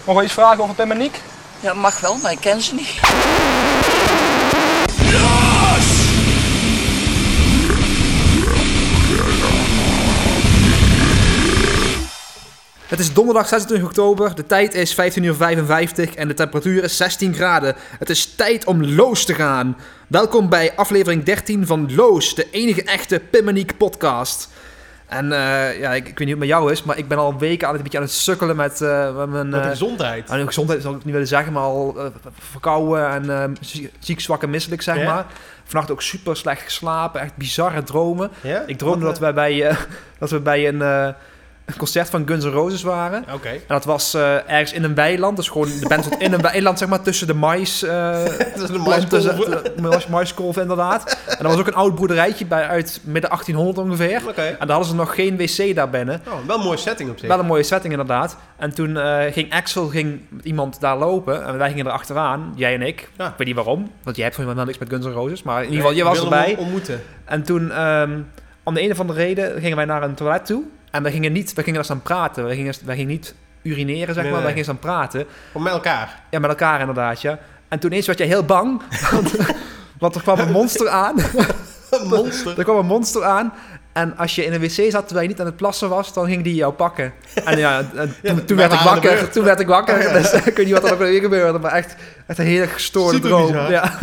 Nog iets vragen over Pim en Niek? Ja, mag wel, maar ik ken ze niet. Het is donderdag 26 oktober, de tijd is 15:55 en de temperatuur is 16 graden. Het is tijd om Loos te gaan. Welkom bij aflevering 13 van Loos, de enige echte Pim en Niek podcast. En ik weet niet hoe het met jou is, maar ik ben al weken een beetje aan het sukkelen met mijn... Met gezondheid. Mijn gezondheid zou ik niet willen zeggen, maar al verkouden en ziek, zwak en misselijk, zeg maar. Vannacht ook super slecht geslapen, echt bizarre dromen. Ja? Ik droomde dat we bij een concert van Guns N' Roses waren. Oké. En dat was ergens in een weiland. Dus gewoon, de band stond in een weiland, zeg maar, tussen de mais... Dat is een maiskolven, inderdaad. En er was ook een oud boerderijtje uit midden 1800 ongeveer. Oké. En daar hadden ze nog geen wc daar binnen. Oh, wel een mooie setting op zich. Wel een mooie setting, inderdaad. En toen ging Axel iemand daar lopen. En wij gingen er achteraan, jij en ik. Ja. Ik weet niet waarom, want jij hebt volgens mij niks met Guns N' Roses. Maar in ieder geval, je was erbij. Ontmoeten. En toen, om de een of andere reden, gingen wij naar een toilet toe. En we gingen daar staan praten. Wij gingen niet urineren, zeg maar. Nee. Wij gingen staan praten. Of met elkaar. Ja, met elkaar inderdaad, ja. En toen eens werd jij heel bang. Want er kwam een monster aan. Een monster? Er kwam een monster aan. En als je in een wc zat terwijl je niet aan het plassen was, dan ging die jou pakken. En toen werd ik wakker. Toen werd ik wakker. Ja. Dus ik weet niet wat er ook weer gebeurde. Maar echt een hele gestoorde Super droom. bizar. Ja.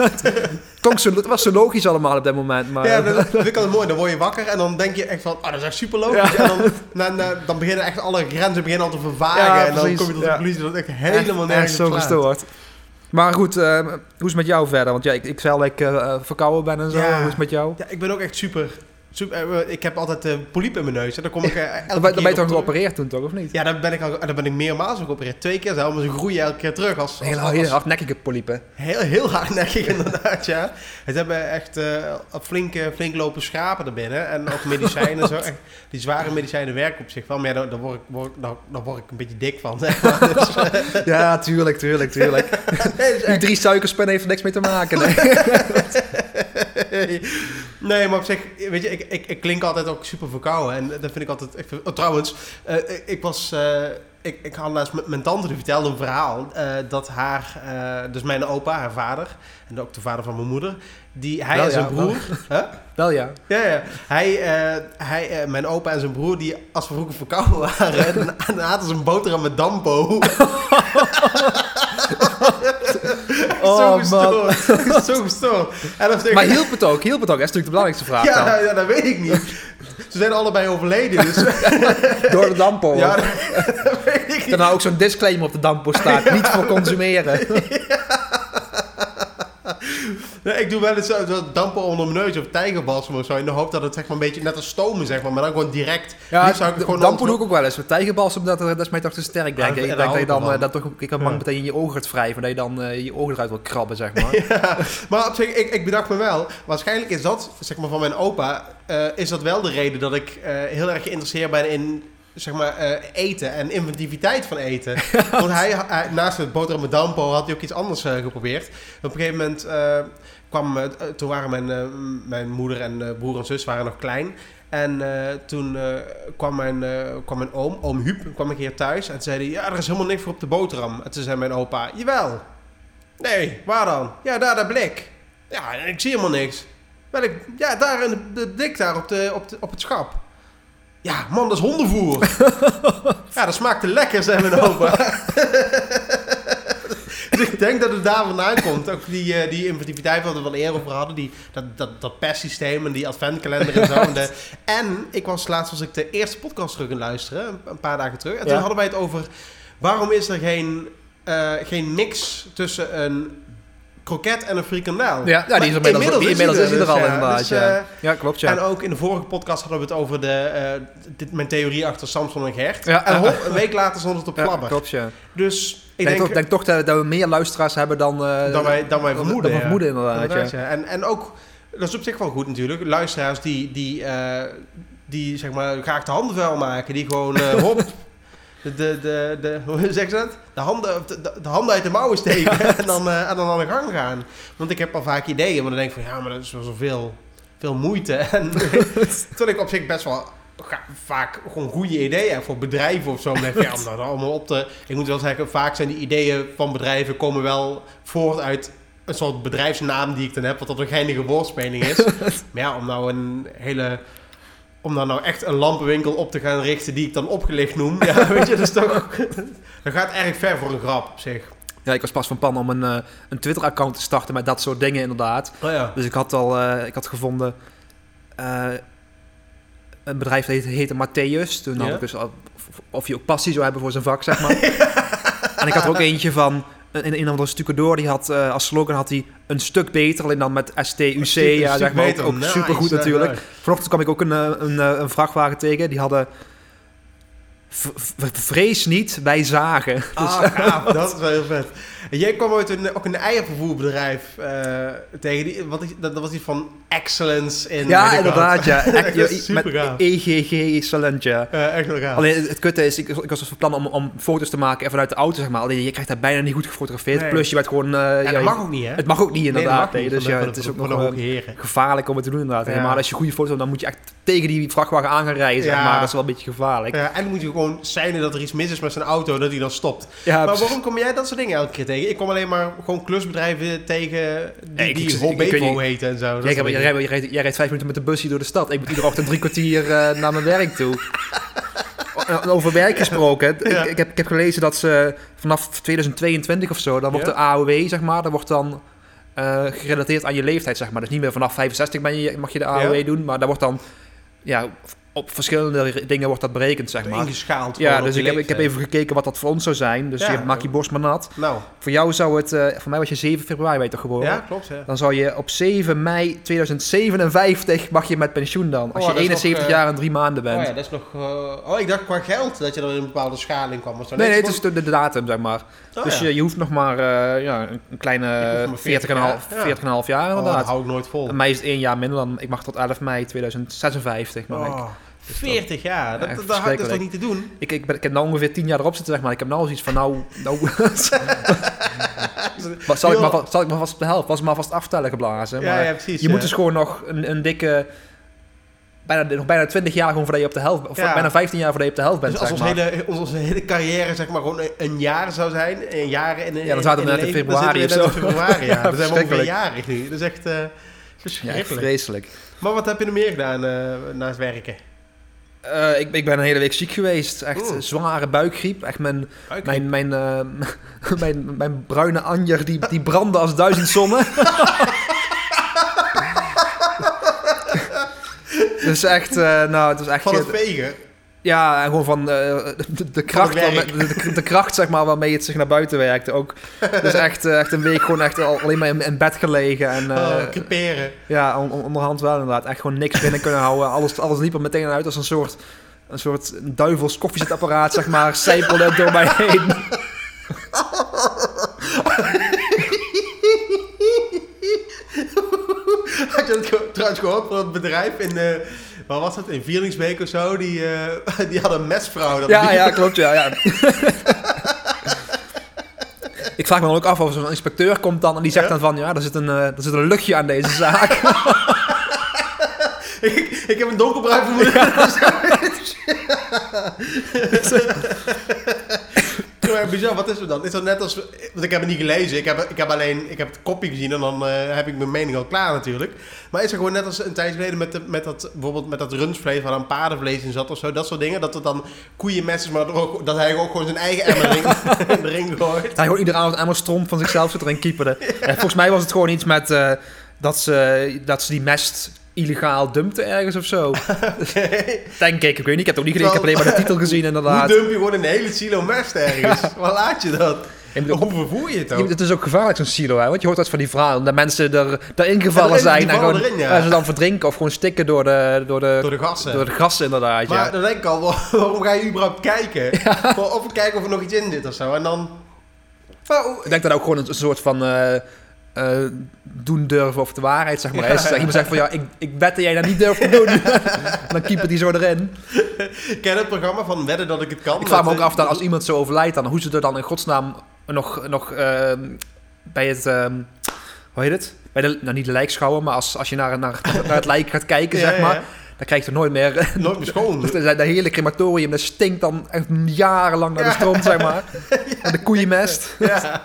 Het was zo logisch allemaal op dat moment. Maar, Ja, dat vind ik altijd mooi. Dan word je wakker en dan denk je echt van, dat is echt super logisch. Ja. En dan beginnen echt alle grenzen al te vervagen. Ja, en dan precies. kom je tot de conclusie dat het echt helemaal echt nergens zo op slaat. gestoord. Maar goed, hoe is het met jou verder? Want ja, ik zei dat ik verkouden ben en zo. Ja. Hoe is het met jou? Ja, ik ben ook echt super. Ik heb altijd poliep in mijn neus. En dan kom ik Dan ben je toch geopereerd toen, toch? Of niet? Ja, daar ben ik meermaals geopereerd. 2 keer zelf, maar ze groeien elke keer terug. Heel hardnekkige polypen. Heel hardnekkig inderdaad, ja. Het hebben echt flink lopen schrapen erbinnen. En ook medicijnen zo. Echt, die zware medicijnen werken op zich wel. Maar ja, daar word ik een beetje dik van, zeg maar. Dus, ja, tuurlijk. Die 3 suikerspinnen heeft er niks mee te maken. Nee. Nee, maar op zich, weet je, ik klink altijd ook super verkouden. En dat vind ik altijd... trouwens, ik had laatst met mijn tante, die vertelde een verhaal. Dat dus mijn opa, haar vader, en ook de vader van mijn moeder, hij en zijn broer... Wel ja. Ja. Mijn opa en zijn broer, die als we vroeger verkouden waren, dan aten ze een boterham met dampo. Zo gestoord. Maar hielp het ook? Dat is natuurlijk de belangrijkste vraag. Ja, dat weet ik niet. Ze zijn allebei overleden, dus... Door de dampo. Ja, dat weet ik niet. Daarna ook zo'n disclaimer op de dampo staat. Ja. Niet voor consumeren. Nee, ik doe wel eens dampo onder mijn neus of tijgerbalsem of zo. In de hoop dat het zeg maar een beetje net als stomen, zeg maar dan gewoon direct. Ja, dampo doe ik ook wel eens. Met tijgerbalsem, dat is mij toch te sterk, denk ik. Ik denk dat je dan ik kan meteen in je ogen gaat wrijven. Dat je dan je ogen eruit wil krabben, zeg maar. Ja, maar op zich, ik bedacht me wel. Waarschijnlijk is dat, zeg maar van mijn opa, is dat wel de reden dat ik heel erg geïnteresseerd ben in... zeg maar, eten en inventiviteit van eten. Want hij naast het boterham met dampo had hij ook iets anders geprobeerd. Op een gegeven moment toen waren mijn moeder en broer en zus waren nog klein. En toen kwam mijn oom Huub, kwam ik hier thuis. En zei hij, ja, er is helemaal niks voor op de boterham. En toen zei mijn opa, jawel. Nee, waar dan? Ja, daar dat blik. Ja, ik zie helemaal niks. Ja, daar in de blik daar op het schap. Ja, man, dat is hondenvoer. Ja, dat smaakte lekker, zei mijn opa. Dus ik denk dat het daar vandaan komt. Ook die inventiviteit waar we het wel eerder over hadden. Dat perssysteem en die adventkalender en zo. En ik was ik de eerste podcast terug aan luisteren. Een paar dagen terug. En toen hadden wij het over... waarom is er geen mix tussen een... kroket en een frikandel. Ja, die is inmiddels is hij er al inderdaad. Dus, ja, klopt, ja. En ook in de vorige podcast hadden we het over mijn theorie achter Samson en Gert. Ja, en een week later stond het op Flabber. Ja, klopt, ja. Dus ik denk toch dat we meer luisteraars hebben dan wij vermoeden. Dan vermoeden, inderdaad. Ja. En ook, dat is op zich wel goed natuurlijk, luisteraars die zeg maar graag de handen vuil maken. Die gewoon, hoe zeg je dat? De handen uit de mouwen steken en dan aan de gang gaan. Want ik heb al vaak ideeën, maar dan denk ik van ja, maar dat is wel zoveel moeite. En terwijl ik op zich best wel vaak gewoon goede ideeën hebt voor bedrijven of zo. Dan denk je, om dat allemaal op te... Ik moet wel zeggen, vaak zijn die ideeën van bedrijven komen wel voort uit een soort bedrijfsnaam die ik dan heb, wat dat een geinige woordspeling is. Maar ja, om nou echt een lampenwinkel op te gaan richten die ik dan opgelicht noem. Ja, weet je, dat is toch... Dat gaat eigenlijk ver voor een grap op zich. Ja, ik was pas van plan om een Twitter-account te starten met dat soort dingen inderdaad. Oh ja. Dus ik had gevonden een bedrijf dat heette Matthäus. Toen had ik dus of je ook passie zou hebben voor zijn vak, zeg maar. En ik had er ook eentje van een of andere stucadoor, die had als slogan had hij een stuk beter, alleen dan met STUC, ja, zeg maar, ook nice, supergoed natuurlijk. Nice. Vanochtend kwam ik ook een vrachtwagen tegen, die hadden vrees niet, wij zagen. Gaaf, dat is wel heel vet. En jij kwam ooit ook een eiervervoerbedrijf tegen, dat was iets van excellence in... Ja, inderdaad, ja. Super met gaaf. EGG excellent, ja. Echt wel gaaf. Alleen het kutte is, ik was dus van plan om foto's te maken vanuit de auto, zeg maar. Alleen je krijgt dat bijna niet goed gefotografeerd. Nee. Plus je werd gewoon... dat mag ook niet, hè? Het mag ook niet, inderdaad. Nee, dus ja, het is ook nog gevaarlijk om het te doen, inderdaad. Ja. Maar als je goede foto's hebt, dan moet je echt tegen die vrachtwagen aan gaan rijden, zeg maar. Dat is wel een beetje gevaarlijk. Ja, en dan moet je gewoon seinen dat er iets mis is met zijn auto, dat hij dan stopt. Ja, maar waarom kom jij dat soort dingen elke keer tegen? Ik kom alleen maar gewoon klusbedrijven tegen die Volbevo heten en zo. Jij rijdt 5 minuten met de busje door de stad. Ik moet iedere ochtend 3 kwartier naar mijn werk toe. Over werk gesproken. Ja. Ik heb gelezen dat ze vanaf 2022 of zo, dan wordt de AOW, zeg maar, dat wordt dan gerelateerd aan je leeftijd, zeg maar. Dus niet meer vanaf 65 mag je de AOW doen, maar dat wordt dan... Ja, op verschillende dingen wordt dat berekend, zeg maar. Ingeschaald. Ja, dus ik heb even gekeken wat dat voor ons zou zijn. Dus je maakt je borst maar nat. Nou. Voor jou zou het... voor mij was je 7 februari, weet je toch geboren? Ja, klopt. Ja. Dan zou je op 7 mei 2057 mag je met pensioen dan. Als je 71 jaar en 3 maanden bent. Oh ja, dat is nog... ik dacht qua geld dat je dan in een bepaalde schaling kwam. Of zo. Nee, het is de datum, zeg maar. Dus je hoeft nog maar een kleine 40,5 jaar inderdaad. Dat hou ik nooit vol. En mij is het 1 jaar minder dan... Ik mag tot 11 mei 2056. Dus 40 jaar, dat is toch niet te doen? Ik heb nou ongeveer 10 jaar erop zitten, zeg maar. Ik heb nou zoiets van, zal ik maar vast op de helft, was maar vast aftellen geblazen. Maar ja, precies. Je moet dus gewoon nog een dikke... Bijna 20 jaar gewoon voordat je op de helft... Of bijna 15 jaar voordat je op de helft bent, dus als onze hele carrière, zeg maar, gewoon een jaar zou zijn... Een jaar in dan zaten we net in februari of zo. Ja, dan zijn we ongeveer jarig nu. Dat is echt verschrikkelijk. Ja, vreselijk. Maar wat heb je nog meer gedaan naast werken? Ik ben een hele week ziek geweest. Echt zware buikgriep. Echt mijn bruine anjer die brandde als 1000 zonnen. Dus echt, het was echt... Van het vegen? Ja, en gewoon van de kracht, zeg maar, waarmee het zich naar buiten werkte. Ook. Dus echt een week gewoon echt alleen maar in bed gelegen. En, creperen. Ja, onderhand wel inderdaad. Echt gewoon niks binnen kunnen houden. Alles liep er meteen uit als een soort duivels koffiezetapparaat, zeg maar, sijpelde door mij heen. Had je dat trouwens gehoord van het bedrijf in... Waar was dat? In Vierlingsbeek of zo? Die hadden een mesvrouw. Ja, klopt, ja. Ik vraag me dan ook af of zo'n inspecteur komt dan en die zegt dan van... Ja, er zit een luchtje aan deze zaak. ik heb een donkerbruin vermoeden. Ja, bizar, wat is er dan? Is dat net als... Want ik heb het niet gelezen. Ik heb het kopje gezien en dan heb ik mijn mening al klaar natuurlijk. Maar is er gewoon net als een tijdje geleden bijvoorbeeld met dat rundvlees waar dan paardenvlees in zat of zo, dat soort dingen, dat er dan koeienmesjes, maar dat hij ook gewoon zijn eigen emmer erin gooit. Hij gewoon iedere avond emmer stromp van zichzelf zit erin kieperde. Volgens mij was het gewoon iets met dat ze die mest illegaal dumpte ergens of zo. Okay. Denk ik weet niet. Ik heb het ook niet gelezen. Ik heb alleen maar de titel gezien inderdaad. Hoe dump je gewoon een hele silo mest ergens? Ja. Waar laat je dat? Hoe vervoer je het ook? Het is ook gevaarlijk zo'n silo, hè? Want je hoort dat van die verhalen. Dat mensen erin gevallen zijn en gewoon ze dan verdrinken of gewoon stikken door de gassen. Door de gassen inderdaad, maar dan denk ik al, waarom ga je überhaupt kijken? Ja. Of kijken of er nog iets in zit of zo. En dan... Ik denk dat ook gewoon een soort van... doen durven of de waarheid, zeg maar. Ja. Iemand zegt van, ik wed dat jij dat niet durft te doen. Dan keeper die zo erin. Ken je het programma van Wedden dat ik het kan? Ik vraag me ook af dat als iemand zo overlijdt, dan hoe ze er dan in godsnaam nog bij het... hoe heet het? Bij niet de lijkschouwer, maar als je naar het lijk gaat kijken, zeg maar. Ja. dan krijg je er nooit meer... Nooit meer schoon. Dat hele crematorium, dat stinkt dan echt jarenlang naar de stront, zeg maar. En de koeienmest. Ja.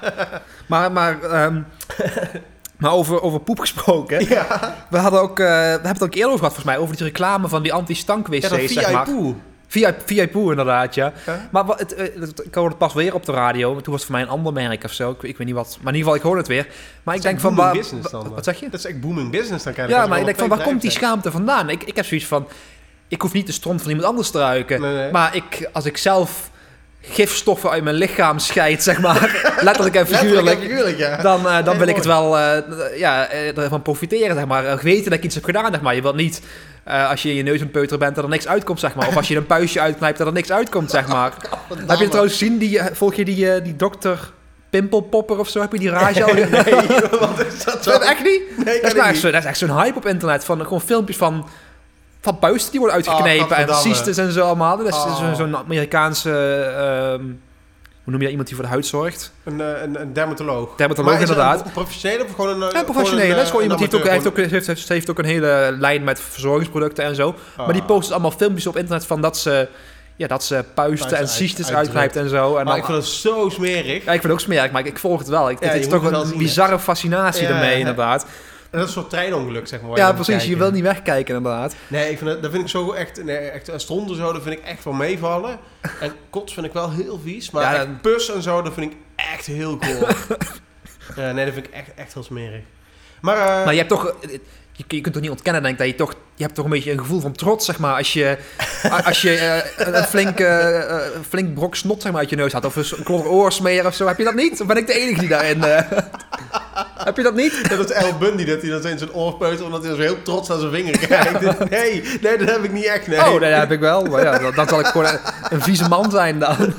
Maar over poep gesproken. Ja. We hebben het ook eerder over gehad, volgens mij, over die reclame van die anti-stank-wc's, Ja, zeg maar. VIP inderdaad, ja. Maar ik hoorde het pas weer op de radio. Toen was het voor mij een ander merk of zo. Ik weet niet wat. Maar in ieder geval, ik hoorde het weer. Maar ik denk van... Wat zeg je? Dat is echt booming business. Dan krijg je maar ik denk van, waar komt die schaamte vandaan? Ik heb zoiets van... Ik hoef niet de stront van iemand anders te ruiken. Nee. Maar als ik zelf gifstoffen uit mijn lichaam scheid, zeg maar... letterlijk en figuurlijk, ja. Dan wil ik het wel ervan profiteren, zeg maar. Weten dat ik iets heb gedaan, zeg maar. Je wilt niet... als je in je neus een peuter bent, dat er niks uitkomt, zeg maar. Of als je een puistje uitknijpt, dat er niks uitkomt, zeg maar. Heb je het trouwens gezien? Volg je die dokter Pimpelpopper of zo? Heb je die rage al? Nee, wat is dat zo? Echt niet? Nee, dat is echt zo'n hype op internet. Van gewoon filmpjes van puisten die worden uitgeknepen. En cystes en zo allemaal. Dat is zo'n Amerikaanse... hoe noem je dat? Iemand die voor de huid zorgt? Een dermatoloog. Dermatoloog, inderdaad. Een professionele of gewoon een... professionele. Dat is gewoon iemand die heeft ook een hele lijn met verzorgingsproducten en zo. Maar die post allemaal filmpjes op internet van dat ze puisten en cystes uitknijpt en zo. En maar ik vind het zo smerig. Ja, ik vind het ook smerig, maar ik volg het wel. Het is toch een bizarre fascinatie ermee, inderdaad. En dat is een soort treinongeluk, zeg maar. Ja, precies. Je wil niet wegkijken, inderdaad. Nee, dat vind ik zo echt... Nee, echt stronden zo, dat vind ik echt wel meevallen. En kots vind ik wel heel vies. Maar echt pus en zo, dat vind ik echt heel cool. Nee, dat vind ik echt heel smerig. Maar je hebt toch... Je kunt toch niet ontkennen, denk ik, dat je hebt toch een beetje een gevoel van trots, zeg maar, als je een flink brok snot, zeg maar, uit je neus had, of een klok oorsmeer of zo. Heb je dat niet? Of ben ik de enige die daarin... Heb je dat niet? Dat is El Bundy, dat hij dan in zijn oor peutert, omdat hij zo heel trots naar zijn vinger kijkt. Nee, dat heb ik niet echt, nee. Oh, nee, dat heb ik wel. Maar ja, dan zal ik gewoon een vieze man zijn dan.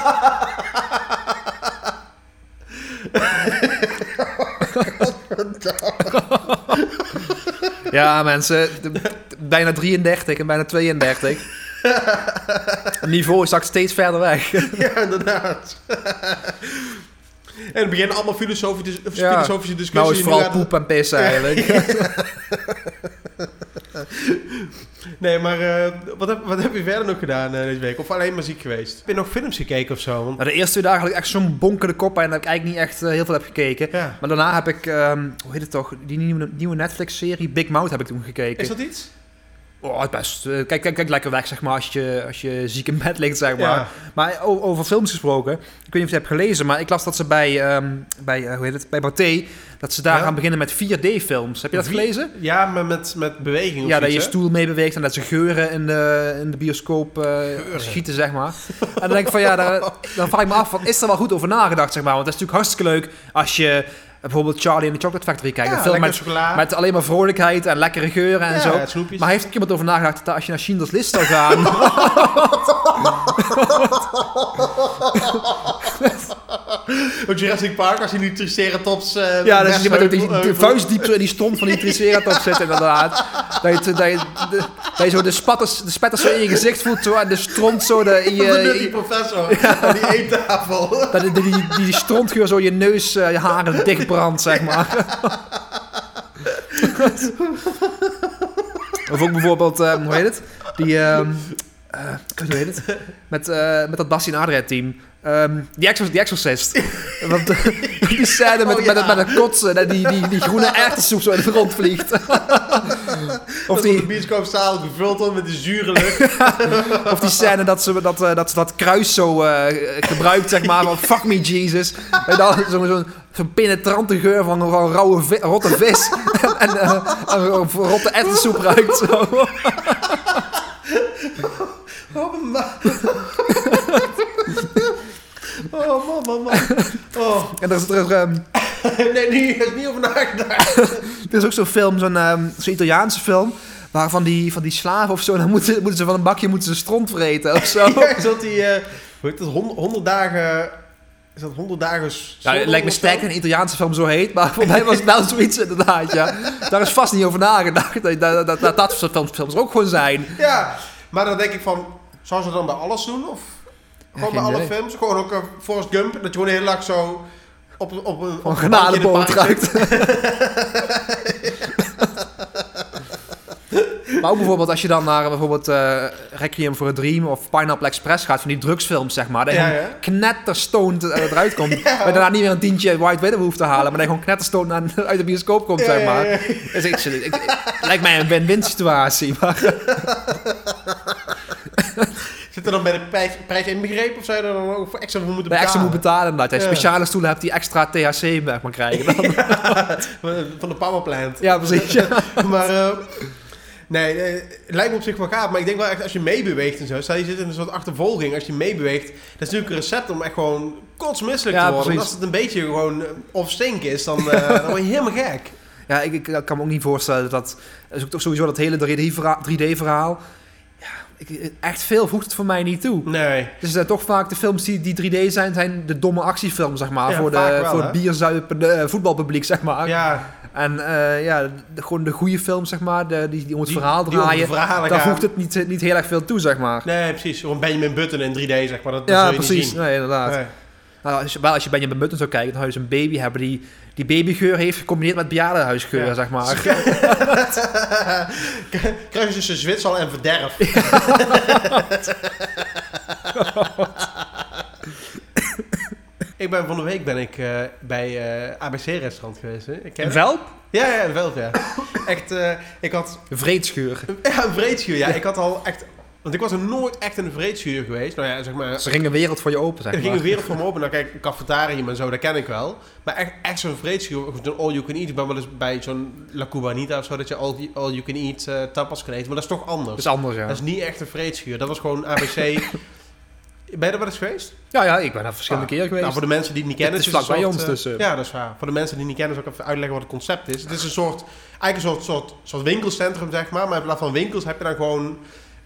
Ja, mensen, bijna 33 en bijna 32. Het niveau is straks steeds verder weg. Ja, inderdaad. En het beginnen allemaal filosofische discussies. Nou is vooral poep en pis eigenlijk. Ja. Nee, maar wat heb je verder nog gedaan deze week? Of alleen maar ziek geweest? Heb je nog films gekeken of zo? Want... Nou, de eerste 2 dagen had ik echt zo'n bonkende kop en dat ik eigenlijk niet echt heel veel heb gekeken. Ja. Maar daarna heb ik, hoe heet het toch, die nieuwe Netflix-serie Big Mouth heb ik toen gekeken. Is dat iets? Oh, het best. Kijk lekker weg, zeg maar, als je ziek in bed ligt, zeg maar. Ja. Maar over films gesproken, ik weet niet of je het hebt gelezen, maar ik las dat ze bij Pathé, dat ze daar gaan beginnen met 4D-films. Heb je dat gelezen? Ja, maar met beweging of ja, dat iets, je stoel mee beweegt en dat ze geuren in de bioscoop schieten, zeg maar. En dan denk ik van, dan vraag ik me af, van, is er wel goed over nagedacht, zeg maar? Want dat is natuurlijk hartstikke leuk als je... bijvoorbeeld Charlie and the Chocolate Factory kijken. Ja, een film met alleen maar vrolijkheid en lekkere geuren en zo. Snoepjes. Maar heeft er iemand over nagedacht dat als je naar Schindler's List zou gaan... Op Jurassic Park, als je die Triceratops... ja, dat is iemand met die vuistdiep in die stront van die Triceratops zit, inderdaad. Dat je zo de spetters zo in je gezicht voelt zo, en de stront zo... Die professor aan die eettafel. Dat die strontgeur zo je neus, je haren dichtbrandt, zeg maar. Of ook bijvoorbeeld, hoe heet het? Hoe heet het? Met dat Basti en Adria team. Die Exorcist. Want die scène met een kotsen, die groene erwtensoep zo in de grond vliegt. Of die bioscoopzaal gevuld wordt met die zure lucht. Of die scène dat ze dat kruis zo gebruikt, zeg maar, van fuck me Jesus. En dan zo'n penetrante geur van rauwe rotte vis en rotte erwtensoep ruikt zo. Oh, man. Oh. En er is nee, er is niet over nagedacht. Er is ook zo'n film, zo'n Italiaanse film, waar van die slaven of zo, dan moeten ze van een bakje stront vreten of zo. Ja, is dat die, hoe heet dat, 100 dagen... Is dat 100 dagen... Ja, het lijkt me sterk dat een Italiaanse film zo heet, maar voor mij was het wel zoiets inderdaad, ja. Daar is vast niet over nagedacht, dat soort films ook gewoon zijn. Ja, maar dan denk ik van, zou ze dan bij alles doen, of... Gewoon bij alle films, gewoon ook Forrest Gump, dat je gewoon heel lang zo op een genadeboot ruikt. Maar ook bijvoorbeeld als je dan naar bijvoorbeeld Requiem for a Dream of Pineapple Express gaat, van die drugsfilms, zeg maar. Dat je gewoon knetterstoned eruit komt. Dat je daarna niet meer een tientje White Widow hoeft te halen, maar dat je gewoon knetterstoned uit de bioscoop komt, zeg maar. Dus lijkt mij een win-win situatie, maar... Zit er dan bij de prijs inbegrepen of zou je er dan ook voor extra voor moeten betalen? Extra moet betalen, dat je speciale stoelen hebt die extra THC mag maar krijgen. Dan. Van de powerplant. Ja, precies. Ja. Maar nee, het lijkt me op zich wel gaaf. Maar ik denk wel echt als je meebeweegt en zo. Stel je zit in een soort achtervolging. Als je meebeweegt, dat is natuurlijk een recept om echt gewoon kotsmisselijk te worden. Precies. En als het een beetje gewoon of stink is, dan word je helemaal gek. Ja, ik kan me ook niet voorstellen dat is ook toch sowieso dat hele 3D-verhaal. Echt veel voegt het voor mij niet toe. Nee. Dus toch vaak de films die 3D zijn de domme actiefilms, zeg maar. Ja, voor het bierzuipende voetbalpubliek, zeg maar. Ja. En gewoon de goede films, zeg maar, die om het verhaal draaien, daar voegt het niet heel erg veel toe, zeg maar. Nee, precies. Gewoon Benjamin Button in 3D, zeg maar. Dat ja, zul je precies. niet zien. Nee, inderdaad. Nee. Nou, als je Benjamin Button zou kijken, dan zou je een baby hebben die babygeur heeft gecombineerd met bejaardenhuisgeur, zeg maar. Kruis tussen Zwitsal en verderf. Van de week ben ik bij ABC-restaurant geweest. Hè? In Velp? Ja, in Velp, ja. Echt, ik had... Een vreedschuur. Ja, een vreedschuur, ja. Ik had al echt... Want ik was er nooit echt in een vreedschuur geweest. Nou ja, zeg maar... Dus er ging een wereld voor je open, zeg maar. Er ging een wereld voor me open. Nou kijk, een cafetarium en zo, dat ken ik wel. Maar echt zo'n vreedschuur, zo'n all-you-can-eat. Ik ben wel eens bij zo'n La Cubanita of zo, dat je all-you-can-eat tapas kan eten. Maar dat is toch anders. Dat is anders, ja. Dat is niet echt een vreedschuur. Dat was gewoon ABC... Ben je er wel eens geweest? Ja, ik ben er verschillende keren geweest. Nou, voor de mensen die het niet kennen... Het is vlak bij ons, dus... Ja, dat is waar. Voor de mensen die het niet kennen, zal ik even uitleggen wat het concept is. Het is eigenlijk een soort winkelcentrum, zeg maar. Maar in plaats van winkels heb je dan gewoon...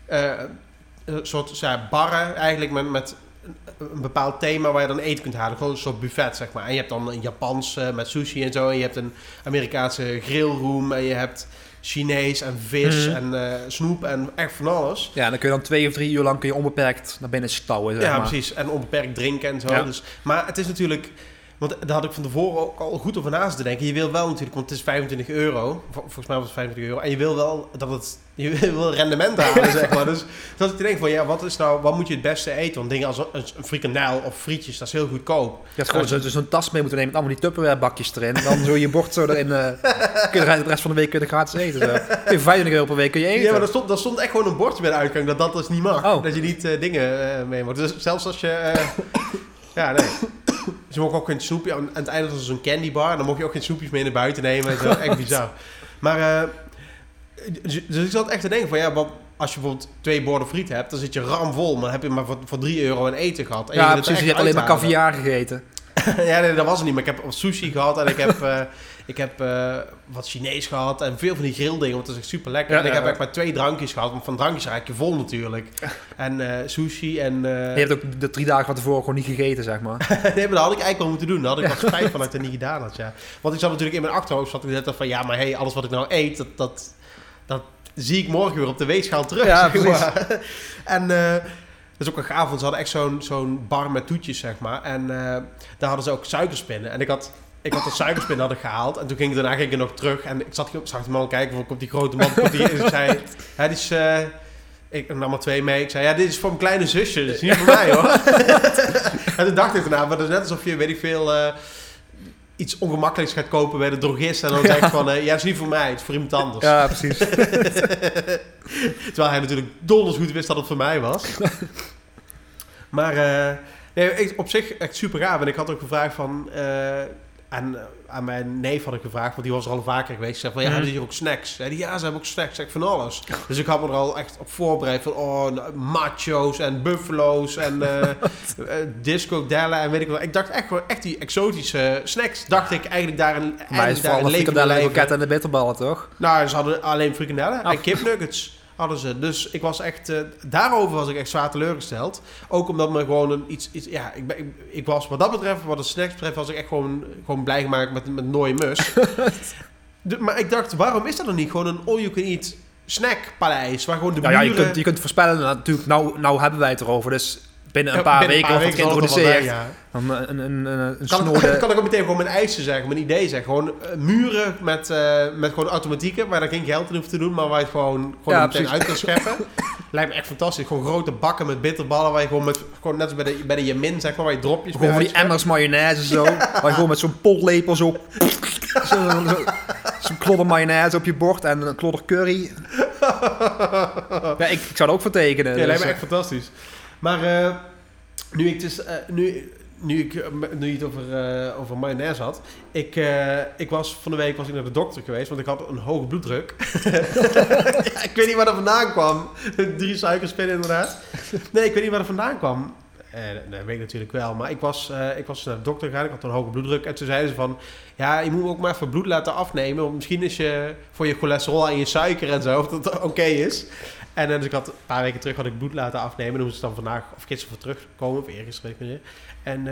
een soort barren eigenlijk met een bepaald thema waar je dan eten kunt halen. Gewoon een soort buffet, zeg maar. En je hebt dan een Japans met sushi en zo. En je hebt een Amerikaanse grillroom. En je hebt Chinees en vis en snoep en echt van alles. Ja, dan kun je dan 2 of 3 uur lang naar binnen stouwen, zeg maar. Ja, precies. En onbeperkt drinken en zo. Ja. Dus, maar het is natuurlijk... Want daar had ik van tevoren ook al goed over naast te denken. Je wil wel natuurlijk, want het is €25. Volgens mij was het €25. En je wil wel je wil rendement halen, zeg maar. Dus dat ik denk van, ja, wat moet je het beste eten? Want dingen als een frikandel of frietjes, dat is heel goedkoop. Je had gewoon zo'n tas mee moeten nemen met allemaal die Tupperware bakjes erin. Dan zo je bord zo erin. Kun je de rest van de week gratis eten. Zo. €25 per week kun je eten. Ja, maar er stond echt gewoon een bordje bij de uitgang dat dus niet mag. Oh. Dat je niet dingen mee moet. Dus zelfs als je... ja, nee. Ze mogen ook geen snoepje... Aan het einde was er zo'n candybar. En dan mocht je ook geen snoepjes mee naar buiten nemen. Dat is echt bizar. Maar... dus ik zat echt te denken van... Ja, als je bijvoorbeeld 2 borden friet hebt... Dan zit je ramvol. Maar dan heb je maar voor €3 een eten gehad. En ja, precies. Je hebt alleen maar caviar gegeten. Ja, nee, dat was het niet. Maar ik heb sushi gehad. En ik heb wat Chinees gehad. En veel van die grilldingen. Want dat is echt super lekker. En ik heb echt maar 2 drankjes gehad. Want van drankjes raak je vol natuurlijk. En sushi en... Je hebt ook de 3 dagen van tevoren gewoon niet gegeten, zeg maar. Nee, maar dat had ik eigenlijk wel moeten doen. Daar had ik wat spijt van dat ik dat niet gedaan had, ja. Want ik zat natuurlijk in mijn achterhoofd. Zat ik net van, ja, maar hey, alles wat ik nou eet... Dat zie ik morgen weer op de weegschaal terug. Ja, zeg precies. maar. En... dat is ook een gaaf, want ze hadden echt zo'n bar met toetjes, zeg maar. En daar hadden ze ook suikerspinnen. En ik had de suikerspinnen gehaald. En toen ging ik daarna nog terug. En ik zag die man kijken, of komt die grote man. En ik zei, dit is... ik nam er 2 mee. Ik zei, ja, dit is voor mijn kleine zusje. Dat is niet voor mij, hoor. En toen dacht ik daarna, maar dat is net alsof je, weet ik veel... iets ongemakkelijks gaat kopen bij de drogist. En dan zeg ik van, ja, dat is niet voor mij. Het is voor iemand anders. Ja, precies. Terwijl hij natuurlijk donders goed wist dat het voor mij was. Maar nee, op zich echt super gaaf. En ik had ook gevraagd van... aan mijn neef had ik gevraagd, want die was er al vaker geweest. Ik zei van, ja, hebben ze hier ook snacks? Zei die, ja, ze hebben ook snacks. Zeg van alles. Dus ik had me er al echt op voorbereid van, macho's en buffalo's en disco-dellen en weet ik wat. Ik dacht echt die exotische snacks, dacht ik eigenlijk daar een Maar het is vooral de frikandellen en kroketten en de bitterballen, toch? Nou, ze hadden alleen frikandellen en kipnuggets. Hadden ze. Dus ik was echt... daarover was ik echt zwaar teleurgesteld. Ook omdat me gewoon ja, ik was wat dat betreft, wat de snacks betreft, was ik echt gewoon blij gemaakt met Nooie Mus. Maar ik dacht, waarom is dat dan niet gewoon een all-you-can-eat snackpaleis? Waar gewoon de buren... Ja, je kunt voorspellen, natuurlijk, nou hebben wij het erover. Dus binnen een paar weken wordt het zal het er wel geïntroduceerd. zijn, ja. Dan een Kan snode... ik ook meteen gewoon mijn eisen zeggen, mijn idee zeggen. Gewoon muren met gewoon automatieken, waar je geen geld in hoeft te doen, maar waar je het gewoon meteen precies. uit kan scheppen. Lijkt me echt fantastisch. Gewoon grote bakken met bitterballen, waar je gewoon net als bij de Jamin, zeg maar, waar je dropjes Gewoon van die uitschept. emmers mayonaise zo. Waar je gewoon met zo'n potlepel zo... Zo'n klodder mayonaise op je bord en een klodder curry. Ja, ik zou er ook voor tekenen. Ja, dus, lijkt me echt fantastisch. Maar nu je het over mayonaise had. Ik was van de week naar de dokter geweest, want ik had een hoge bloeddruk. Ja, ik weet niet waar dat vandaan kwam. 3 suikerspinnen inderdaad. Nee, ik weet niet waar dat vandaan kwam. Dat weet ik natuurlijk wel. Maar ik was naar de dokter gegaan. Ik had een hoge bloeddruk. En toen zeiden ze van... Ja, je moet ook maar even bloed laten afnemen. Want misschien is voor je cholesterol en je suiker en zo... Of dat oké is. En dus ik had een paar weken terug had ik bloed laten afnemen. Dan moest ik dan vandaag of gisteren voor terugkomen. Of eergisteren. En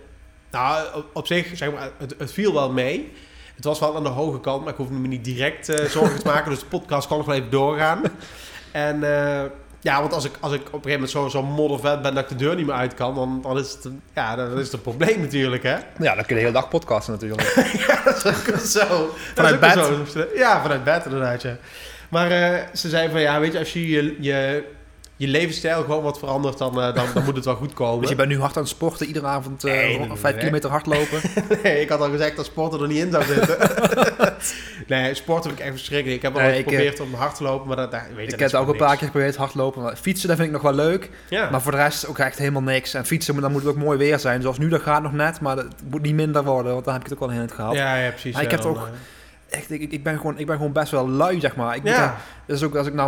op zich, zeg maar, het viel wel mee. Het was wel aan de hoge kant. Maar ik hoefde me niet direct zorgen te maken. Dus de podcast kan nog wel even doorgaan. En... ja, want als ik op een gegeven moment zo moddervet ben dat ik de deur niet meer uit kan, dan is het een probleem natuurlijk, hè? Ja, dan kun je de hele dag podcasten natuurlijk. Ja, dat is ook zo. Vanuit bed? Ja, vanuit bed inderdaad, ja. Maar ze zei van, ja, weet je, als je levensstijl gewoon wat verandert, dan moet het wel goed komen. Dus je bent nu hard aan het sporten, iedere avond 5 kilometer hardlopen. Nee, ik had al gezegd dat sporten er niet in zou zitten. Nee, sport heb ik echt verschrikkelijk. Ik heb al geprobeerd om hard te lopen, maar dat weet je. Ik heb ook een paar keer geprobeerd hardlopen. Maar fietsen, dat vind ik nog wel leuk. Ja. Maar voor de rest ook echt helemaal niks. En fietsen, dan moet het ook mooi weer zijn. Zoals nu, dat gaat nog net, maar het moet niet minder worden, want dan heb ik het ook al in het gehad. Ja, precies. Maar ik heb ook... Echt, ik ben gewoon best wel lui, zeg maar. Dus ook als ik nou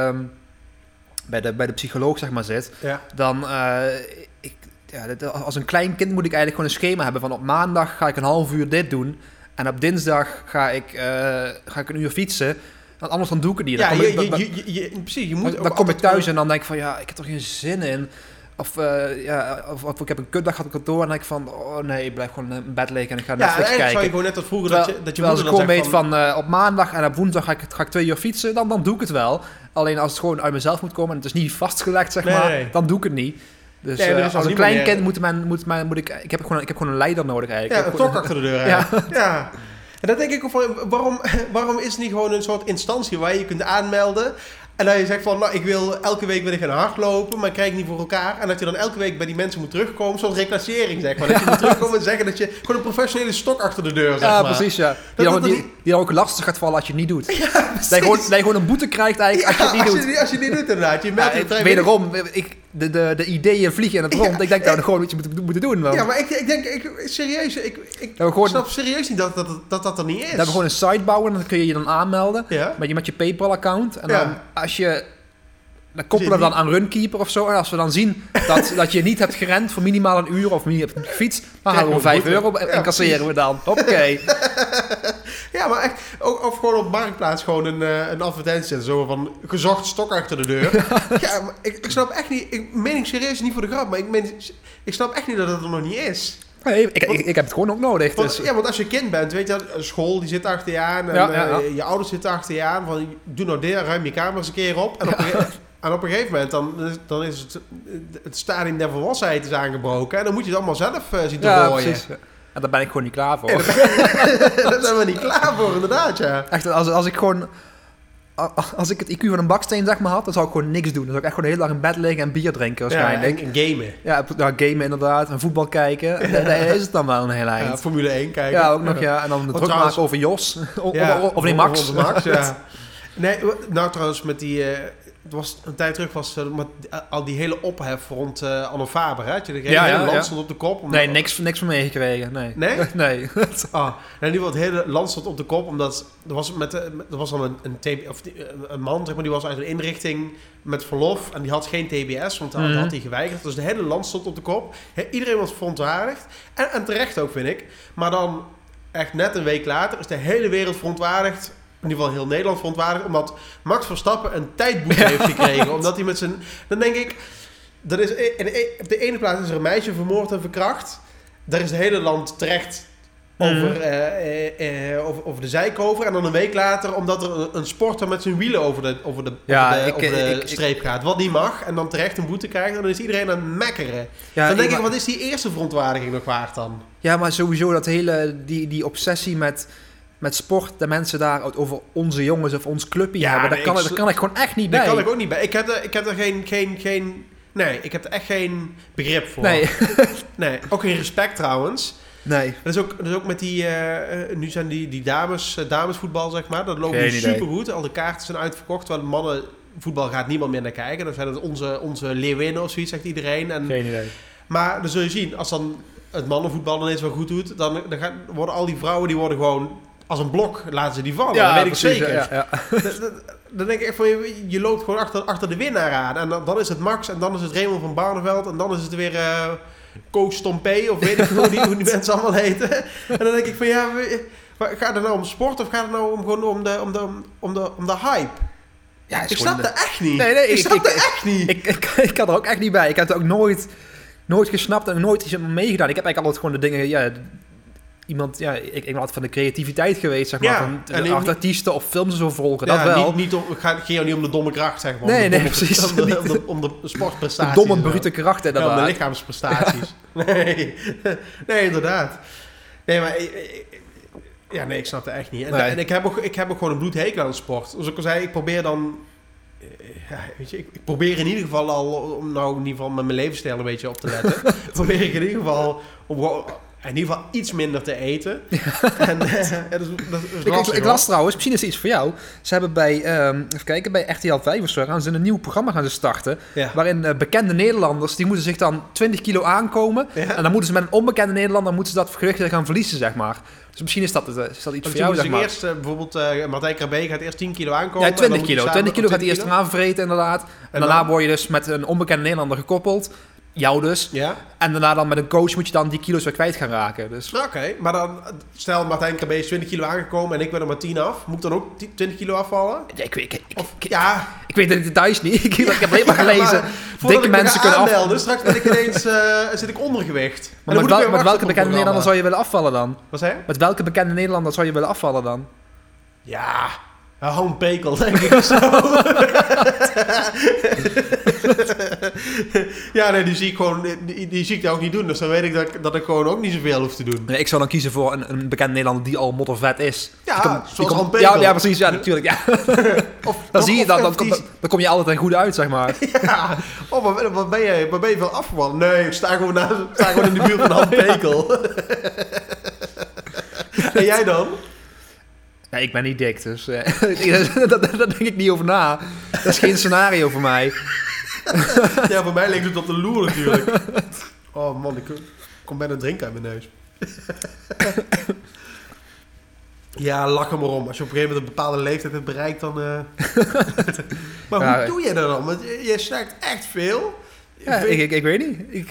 bij de psycholoog, zeg maar, zit, dan... als een klein kind moet ik eigenlijk gewoon een schema hebben van op maandag ga ik een half uur dit doen en op dinsdag ga ik een uur fietsen. Want anders dan doe ik het niet. Precies. Je moet dan kom ik thuis en dan denk ik van ja, ik heb er geen zin in. Of ik heb een kutdag gehad op kantoor en dan denk ik van oh nee, ik blijf gewoon in bed liggen en ik ga Netflix kijken. Ja, zou je gewoon net als vroeger dat je als ik gewoon weet van op maandag en op woensdag ga ik 2 uur fietsen, dan doe ik het wel. Alleen als het gewoon uit mezelf moet komen en het is niet vastgelegd, zeg maar, dan doe ik het niet. Dus als een klein kind moet ik... Ik heb gewoon een leider nodig eigenlijk. Ja, een tok achter de deur eigenlijk. Ja. En dan denk ik ook van, waarom is het niet gewoon een soort instantie waar je kunt aanmelden... En dat je zegt van, nou, elke week wil ik gaan hardlopen, maar ik krijg het niet voor elkaar. En dat je dan elke week bij die mensen moet terugkomen, zoals reclassering, zeg maar. Dat je moet terugkomen en zeggen dat je gewoon een professionele stok achter de deur, zeg maar. Ja, precies, ja. Die dan ook lastig gaat vallen als je het niet doet. Ja, dat je gewoon een boete krijgt eigenlijk als je het niet doet. Als je het niet doet, inderdaad. Je meldt het wederom, de ideeën vliegen in het rond. Ik denk dat we gewoon iets moeten doen. Man. Ja, maar ik denk, serieus, ik snap serieus niet dat er niet is. Dat we gewoon een site bouwen en dan kun je dan aanmelden met je PayPal-account. En dan dan koppelen we dan aan Runkeeper of zo. En als we dan zien dat je niet hebt gerend voor minimaal een uur of niet hebt gefietst, dan halen we €5 en kasseren we dan. Hoppakee. Ja, maar echt, of gewoon op Marktplaats gewoon een advertentie zetten. Zo van, gezocht stok achter de deur. Ja, maar ik snap echt niet, ik meen ik serieus niet voor de grap, maar ik snap echt niet dat het er nog niet is. Nee, ik heb het gewoon ook nodig. Dus. Ja, want als je kind bent, weet je, een school die zit achter je aan. En je ouders zitten achter je aan. Van, doe nou dit, ruim je kamer eens een keer op. En op een gegeven moment, dan is het stadium der volwassenheid is aangebroken. En dan moet je het allemaal zelf zien te gooien. Precies. En daar ben ik gewoon niet klaar voor. Daar zijn we niet klaar voor, inderdaad, ja. Echt, als ik het IQ van een baksteen, zeg maar, had, dan zou ik gewoon niks doen. Dan zou ik echt gewoon de hele dag in bed liggen en bier drinken waarschijnlijk. Ja, en gamen. Ja, gamen inderdaad. En voetbal kijken. Daar is het dan wel een heel eind. Ja, Formule 1 kijken. Ja, ook nog, ja. En dan druk maken over Jos. Of nee, Max. Over Max, ja. Nee, nou trouwens, met die... Het was een tijd terug al die hele ophef rond Anne Faber. Hè? Dat je de hele land stond op de kop. Nee, niks van meegekregen. Nee? Nee. In ieder geval, het hele land stond op de kop. Omdat er was dan een man, zeg maar, die was uit een inrichting met verlof. En die had geen TBS, want dat had hij geweigerd. Dus de hele land stond op de kop. Iedereen was verontwaardigd. En terecht ook, vind ik. Maar dan, echt net een week later, is de hele wereld verontwaardigd. In ieder geval heel Nederland verontwaardigd, omdat Max Verstappen een tijdboete heeft gekregen. Omdat hij met zijn... Dan denk ik, op de ene plaats is er een meisje vermoord en verkracht. Daar is het hele land terecht over de zijkover. En dan een week later, omdat er een sporter met zijn wielen over de streep gaat. Wat niet mag. En dan terecht een boete krijgt. En dan is iedereen aan het mekkeren. Ja, dan denk ik, wat is die eerste verontwaardiging nog waard dan? Ja, maar sowieso dat hele, die obsessie met sport, de mensen daar over onze jongens of ons clubje hebben. Daar kan ik gewoon echt niet bij. Daar kan ik ook niet bij. Ik heb er geen nee, ik heb er echt geen begrip voor. Nee. Nee, ook geen respect trouwens. Nee. Dat is ook met die... nu zijn die damesvoetbal, zeg maar. Dat loopt nu supergoed. Al de kaarten zijn uitverkocht. Terwijl de mannenvoetbal gaat niemand meer naar kijken. Dan zijn het onze leeuwinnen of zoiets, zegt iedereen. En, geen idee. Maar dan zul je zien, als dan het mannenvoetbal ineens wel goed doet... dan worden al die vrouwen, die worden gewoon... als een blok laten ze die vallen. Ja, dat weet precies, ik zeker. Ja. Dan denk ik echt van, je loopt gewoon achter de winnaar aan. En dan is het Max en dan is het Raymond van Barneveld. En dan is het weer Koos Stompé of weet ik hoe die mensen allemaal heten. En dan denk ik van, gaat het nou om sport of gaat het nou om de hype? Ja, ik snap dat echt niet. Nee, ik snap dat echt niet. Ik kan er ook echt niet bij. Ik heb het ook nooit gesnapt en nooit iets meegedaan. Ik heb eigenlijk altijd gewoon de dingen... ik ben altijd van de creativiteit geweest, zeg maar. Ja, van de artiesten of films zo volgen, dat wel. Het gaat niet om de domme kracht, zeg maar. Nee, precies. Om de sportprestaties. De domme, brute kracht, inderdaad. Ja, om de lichaamsprestaties. Nee, inderdaad. Nee, maar... ik snap het echt niet. En ik heb ook gewoon een bloedhekel aan de sport. Zoals ik al zei, ik probeer dan... ik probeer in ieder geval al... om nou in ieder geval met mijn levensstijl een beetje op te letten. probeer ik in ieder geval... om gewoon... in ieder geval iets minder te eten. Ja. En, ik las trouwens, misschien is het iets voor jou. Ze hebben bij RTL 5 of zo gaan ze een nieuw programma starten. Ja. Waarin bekende Nederlanders, die moeten zich dan 20 kilo aankomen. Ja. En dan moeten ze met een onbekende Nederlander dat gewicht gaan verliezen, zeg maar. Dus misschien is dat iets voor jou, zeg maar. Eerst bijvoorbeeld Martijn Krabbe gaat eerst 10 kilo aankomen. Ja, 20 kilo. 20 kilo gaat hij eerst eraan vreten, inderdaad. En daarna word je dus met een onbekende Nederlander gekoppeld. Jou dus. Ja. En daarna dan met een coach moet je dan die kilo's weer kwijt gaan raken. Dus. Oké, maar dan stel Martijn Krabbe is 20 kilo aangekomen en ik ben er maar 10 af. Moet ik dan ook 20 kilo afvallen? Ja, ik weet de details niet. Ik heb alleen maar gelezen. Dikke mensen kunnen afvallen. Straks ben ik ineens zit ik ondergewicht. Maar met welke bekende Nederlander zou je willen afvallen dan? Wat zei je? Met welke bekende Nederlander zou je willen afvallen dan? Ja, Han Pekel, denk ik zo. Ja, nee, die zie ik daar ook niet doen. Dus dan weet ik dat ik gewoon ook niet zoveel hoef te doen. Nee, ik zou dan kiezen voor een bekende Nederlander die al moddervet is. Ja, zoals Han Pekel. Ja, precies. Ja, natuurlijk. Ja. Dan kom je altijd een goede uit, zeg maar. Ja. Oh, wat ben je veel afgevallen? Nee, ik sta gewoon in de buurt van Han Pekel. En jij dan? Ja, ik ben niet dik, dus daar denk ik niet over na. Dat is geen scenario voor mij. Ja, voor mij ligt het op de loer natuurlijk. Oh man, ik kom bijna drinken uit mijn neus. Ja, lach er maar om. Als je op een gegeven moment een bepaalde leeftijd hebt bereikt, dan... Maar hoe doe je dat dan? Want je snackt echt veel. Ja, ik weet niet.